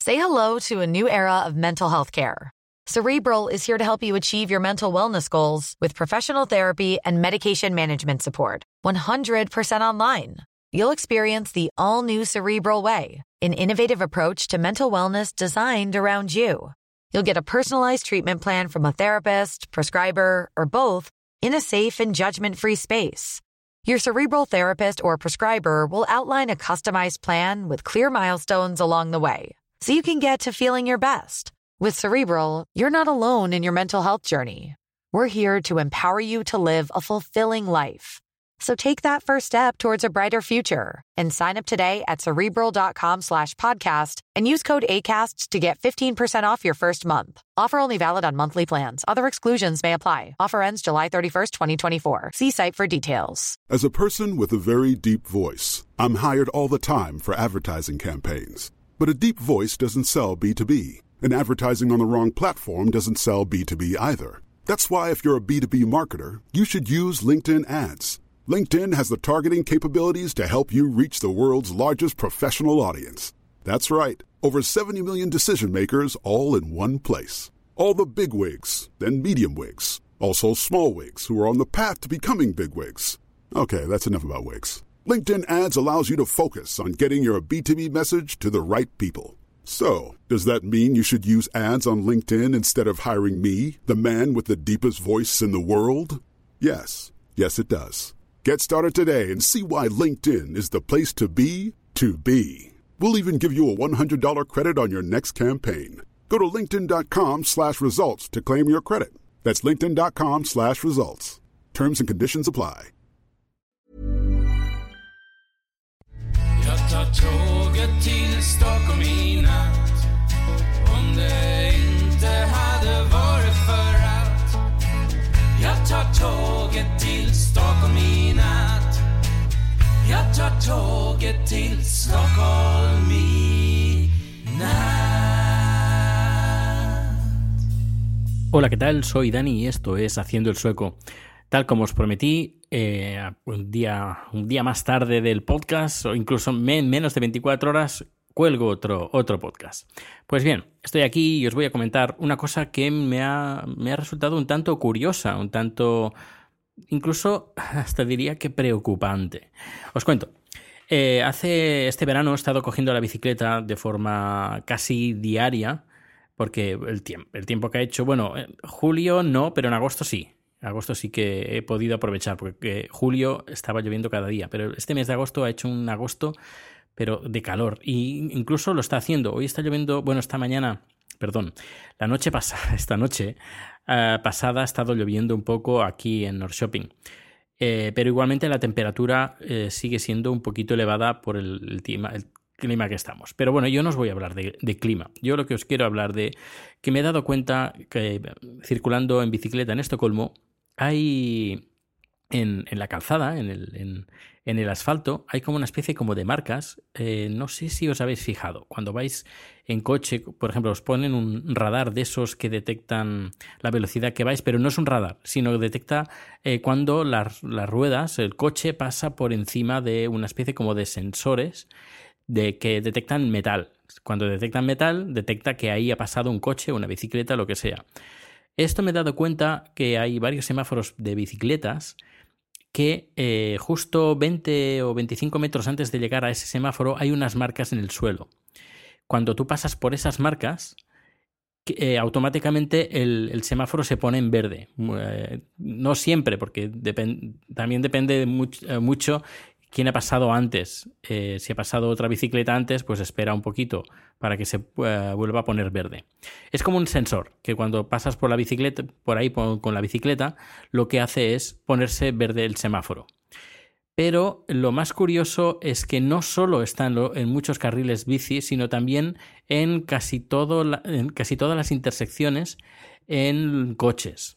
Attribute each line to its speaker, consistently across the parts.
Speaker 1: Say hello to a new era of mental health care. Cerebral is here to help you achieve your mental wellness goals with professional therapy and medication management support. 100% online. You'll experience the all-new Cerebral Way, an innovative approach to mental wellness designed around you. You'll get a personalized treatment plan from a therapist, prescriber, or both in a safe and judgment-free space. Your Cerebral therapist or prescriber will outline a customized plan with clear milestones along the way, so you can get to feeling your best. With Cerebral, you're not alone in your mental health journey. We're here to empower you to live a fulfilling life. So take that first step towards a brighter future and sign up today at Cerebral.com/podcast and use code ACAST to get 15% off your first month. Offer only valid on monthly plans. Other exclusions may apply. Offer ends July 31st, 2024. See site for details.
Speaker 2: As a person with a very deep voice, I'm hired all the time for advertising campaigns. But a deep voice doesn't sell B2B. And advertising on the wrong platform doesn't sell B2B either. That's why if you're a B2B marketer, you should use LinkedIn ads. LinkedIn has the targeting capabilities to help you reach the world's largest professional audience. That's right. Over 70 million decision makers all in one place. All the big wigs, then medium wigs. Also small wigs who are on the path to becoming big wigs. Okay, that's enough about wigs. LinkedIn ads allows you to focus on getting your B2B message to the right people. So, does that mean you should use ads on LinkedIn instead of hiring me, the man with the deepest voice in the world? Yes. Yes, it does. Get started today and see why LinkedIn is the place to be to be. We'll even give you a $100 credit on your next campaign. Go to linkedin.com/results to claim your credit. That's linkedin.com/results. Terms and conditions apply.
Speaker 3: Jag tar tåget till Stockholm i natt. Om det inte hade varit för att jag tar tåget till Stockholm i natt. Jag tar tåget till Stockholm i natt.
Speaker 4: Hola, ¿qué tal? Soy Dani y esto es Haciendo el Sueco. Tal como os prometí, un día más tarde del podcast, o incluso menos de 24 horas, cuelgo otro podcast. Pues bien, estoy aquí y os voy a comentar una cosa que me ha resultado un tanto curiosa, un tanto, incluso hasta diría que preocupante. Os cuento. Este verano he estado cogiendo la bicicleta de forma casi diaria, porque el tiempo que ha hecho, bueno, julio no, pero en agosto sí. Agosto sí que he podido aprovechar, porque julio estaba lloviendo cada día, pero este mes de agosto ha hecho un agosto, pero de calor, y incluso lo está haciendo. Hoy está lloviendo, bueno, esta noche pasada ha estado lloviendo un poco aquí en Norrköping, pero igualmente la temperatura sigue siendo un poquito elevada por el clima que estamos. Pero bueno, yo no os voy a hablar de clima. Yo lo que os quiero hablar de que me he dado cuenta que circulando en bicicleta en Estocolmo hay en la calzada, en el asfalto, hay como una especie como de marcas. No sé si os habéis fijado. Cuando vais en coche, por ejemplo, os ponen un radar de esos que detectan la velocidad que vais, pero no es un radar, sino que detecta cuando las ruedas, el coche pasa por encima de una especie como de sensores que detectan metal. Cuando detectan metal, detecta que ahí ha pasado un coche, una bicicleta, lo que sea. Esto me he dado cuenta que hay varios semáforos de bicicletas que justo 20 o 25 metros antes de llegar a ese semáforo hay unas marcas en el suelo. Cuando tú pasas por esas marcas, automáticamente el semáforo se pone en verde. No siempre, porque también depende mucho quién ha pasado antes. Si ha pasado otra bicicleta antes, pues espera un poquito para que se vuelva a poner verde. Es como un sensor que cuando pasas por la bicicleta, por ahí con la bicicleta, lo que hace es ponerse verde el semáforo. Pero lo más curioso es que no solo está en muchos carriles bici, sino también en casi todas las intersecciones en coches.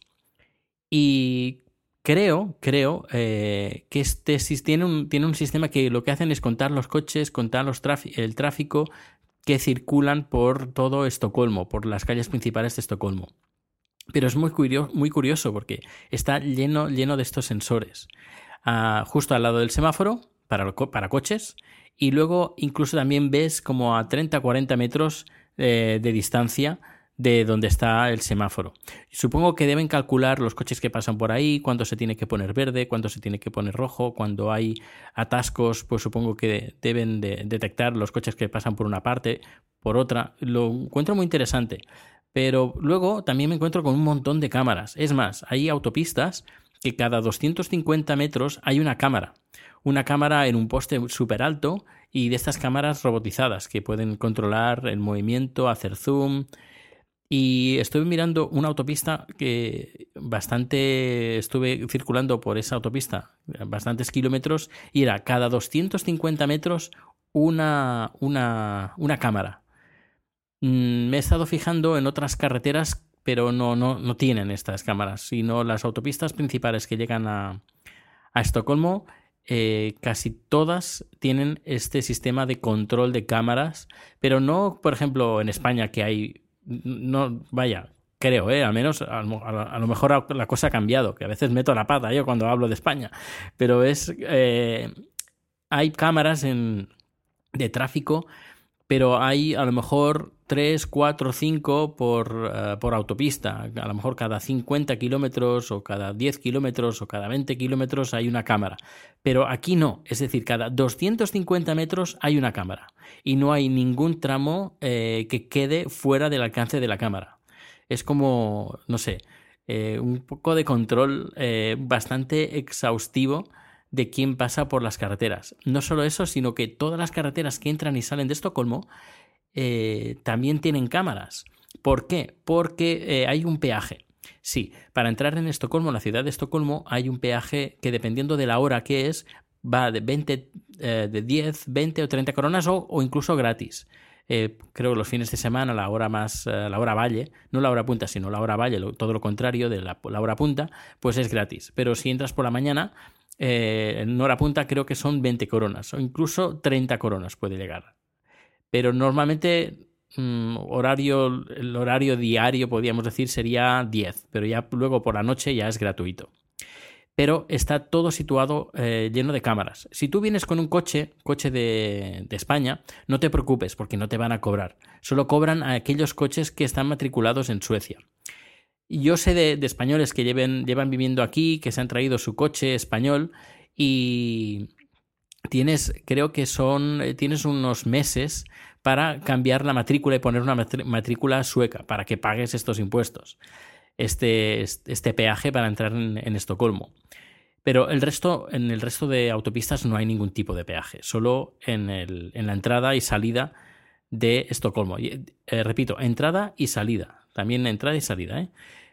Speaker 4: Y creo que tiene un sistema que lo que hacen es contar los coches, contar el tráfico que circulan por todo Estocolmo, por las calles principales de Estocolmo. Pero es muy curioso porque está lleno de estos sensores. Justo al lado del semáforo para coches, y luego incluso también ves como a 30-40 metros de distancia de donde está el semáforo. Supongo que deben calcular los coches que pasan por ahí, cuándo se tiene que poner verde, cuándo se tiene que poner rojo, cuando hay atascos, pues supongo que deben de detectar los coches que pasan por una parte, por otra. Lo encuentro muy interesante. Pero luego también me encuentro con un montón de cámaras. Es más, hay autopistas que cada 250 metros hay una cámara. Una cámara en un poste súper alto y de estas cámaras robotizadas que pueden controlar el movimiento, hacer zoom. Y estuve mirando una autopista que estuve circulando por esa autopista bastantes kilómetros y era cada 250 metros una cámara. Me he estado fijando en otras carreteras, pero no tienen estas cámaras, sino las autopistas principales que llegan a Estocolmo, casi todas tienen este sistema de control de cámaras, pero no, por ejemplo, en España que hay... No, vaya, creo, al menos a lo mejor la cosa ha cambiado, que a veces meto la pata yo cuando hablo de España, pero hay cámaras de tráfico, pero hay a lo mejor 3, 4, 5 por autopista. A lo mejor cada 50 kilómetros o cada 10 kilómetros o cada 20 kilómetros hay una cámara. Pero aquí no, es decir, cada 250 metros hay una cámara y no hay ningún tramo que quede fuera del alcance de la cámara. Es como, no sé, un poco de control bastante exhaustivo de quién pasa por las carreteras. No solo eso, sino que todas las carreteras que entran y salen de Estocolmo también tienen cámaras. ¿Por qué? Porque hay un peaje. Sí, para entrar en Estocolmo, en la ciudad de Estocolmo, hay un peaje que dependiendo de la hora que es, va de 10, 20 o 30 coronas o incluso gratis. Creo que los fines de semana, la hora valle, no la hora punta, sino la hora valle, todo lo contrario de la hora punta, pues es gratis. Pero si entras por la mañana, en hora punta creo que son 20 coronas o incluso 30 coronas puede llegar. Pero normalmente el horario diario, podríamos decir, sería 10, pero ya luego por la noche ya es gratuito. Pero está todo situado lleno de cámaras. Si tú vienes con un coche de España, no te preocupes porque no te van a cobrar. Solo cobran a aquellos coches que están matriculados en Suecia. Y yo sé de españoles que llevan viviendo aquí, que se han traído su coche español y tienes unos meses para cambiar la matrícula y poner una matrícula sueca para que pagues estos impuestos. Este peaje para entrar en Estocolmo. Pero en el resto de autopistas no hay ningún tipo de peaje, solo en la entrada y salida de Estocolmo. Repito, entrada y salida. También entrada y salida,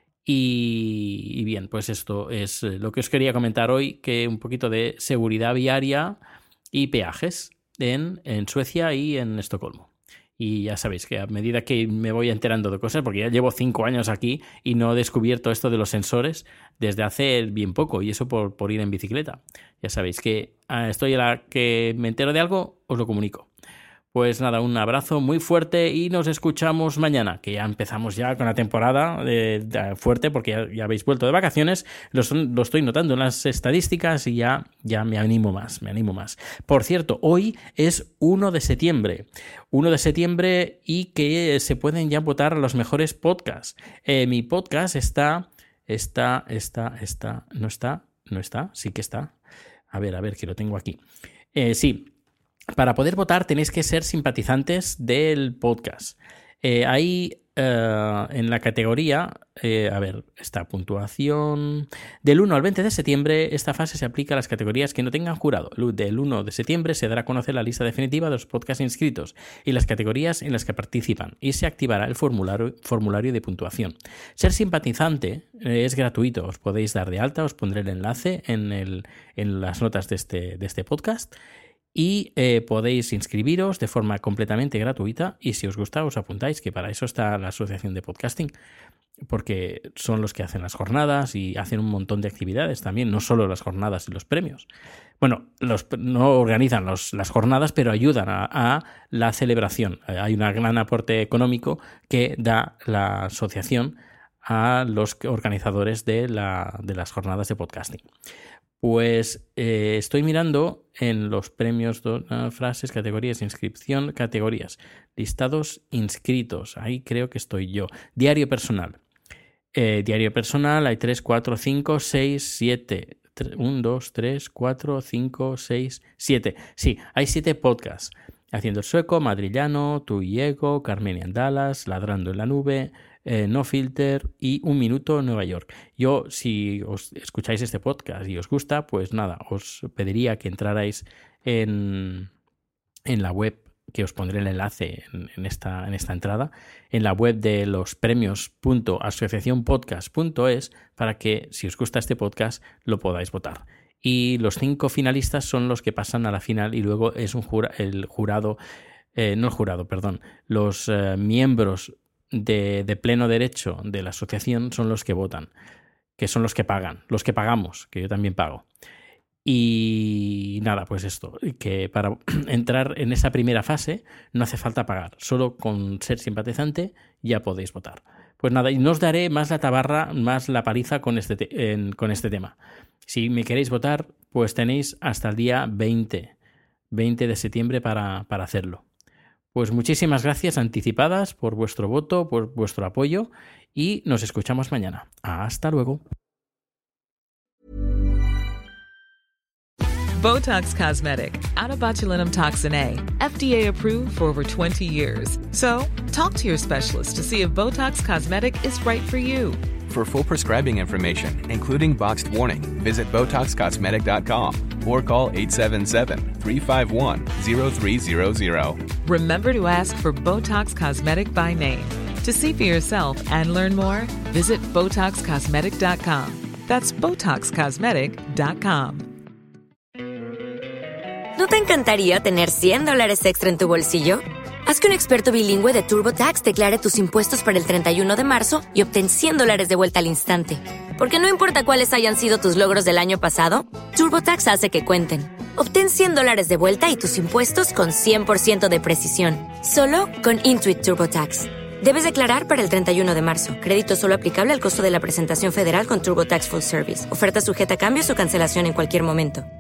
Speaker 4: Y bien, pues esto es lo que os quería comentar hoy, que un poquito de seguridad viaria y peajes en Suecia y en Estocolmo. Y ya sabéis que a medida que me voy enterando de cosas, porque ya llevo 5 años aquí y no he descubierto esto de los sensores desde hace bien poco, y eso por ir en bicicleta. Ya sabéis que estoy a la que me entero de algo, os lo comunico. Pues nada, un abrazo muy fuerte y nos escuchamos mañana, que ya empezamos ya con la temporada fuerte porque ya habéis vuelto de vacaciones. Lo estoy notando en las estadísticas y ya me animo más. Por cierto, hoy es 1 de septiembre. 1 de septiembre y que se pueden ya votar los mejores podcasts. Mi podcast está... ¿No está? Sí que está. A ver, que lo tengo aquí. Sí. Para poder votar tenéis que ser simpatizantes del podcast. Hay en la categoría, esta puntuación, del 1 al 20 de septiembre, esta fase se aplica a las categorías que no tengan jurado. Del 1 de septiembre se dará a conocer la lista definitiva de los podcasts inscritos y las categorías en las que participan y se activará el formulario de puntuación. Ser simpatizante es gratuito, os podéis dar de alta, os pondré el enlace en las notas de este podcast. Y podéis inscribiros de forma completamente gratuita y si os gusta os apuntáis, que para eso está la Asociación de Podcasting, porque son los que hacen las jornadas y hacen un montón de actividades también, no solo las jornadas y los premios. Bueno, no organizan las jornadas, pero ayudan a la celebración. Hay un gran aporte económico que da la asociación a los organizadores de las jornadas de podcasting. Pues estoy mirando en los premios, frases, categorías, inscripción, categorías, listados inscritos. Ahí creo que estoy yo. Diario personal. Diario personal hay 3, 4, 5, 6, 7. 1, 2, 3, 4, 5, 6, 7. Sí, hay 7 podcasts. Haciendo el Sueco, Madrillano, Tú y Ego, Carmenian Dallas, Ladrando en la Nube, No Filter y Un Minuto Nueva York. Yo, si os escucháis este podcast y os gusta, pues nada, os pediría que entrarais en la web, que os pondré el enlace en esta entrada, en la web de los premios.asociacionpodcast.es, para que, si os gusta este podcast, lo podáis votar. Y los 5 finalistas son los que pasan a la final, y luego es los miembros de pleno derecho de la asociación son los que votan, que son los que pagan, los que pagamos, que yo también pago. Y nada, pues esto, que para entrar en esa primera fase no hace falta pagar, solo con ser simpatizante ya podéis votar. Pues nada, y no os daré más la tabarra, más la paliza con este tema. Si me queréis votar, pues tenéis hasta el día 20 de septiembre para hacerlo. Pues muchísimas gracias anticipadas por vuestro voto, por vuestro apoyo, y nos escuchamos mañana. Hasta luego.
Speaker 5: Botox Cosmetic, out of botulinum toxin A, FDA approved for over 20 years. So, talk to your specialist to see if Botox Cosmetic is right for you.
Speaker 6: For full prescribing information, including boxed warning, visit BotoxCosmetic.com or call 877-351-0300.
Speaker 5: Remember to ask for Botox Cosmetic by name. To see for yourself and learn more, visit BotoxCosmetic.com. That's BotoxCosmetic.com.
Speaker 7: ¿No te encantaría tener $100 extra en tu bolsillo? Haz que un experto bilingüe de TurboTax declare tus impuestos para el 31 de marzo y obtén $100 de vuelta al instante. Porque no importa cuáles hayan sido tus logros del año pasado, TurboTax hace que cuenten. Obtén $100 de vuelta y tus impuestos con 100% de precisión. Solo con Intuit TurboTax. Debes declarar para el 31 de marzo. Crédito solo aplicable al costo de la presentación federal con TurboTax Full Service. Oferta sujeta a cambios o cancelación en cualquier momento.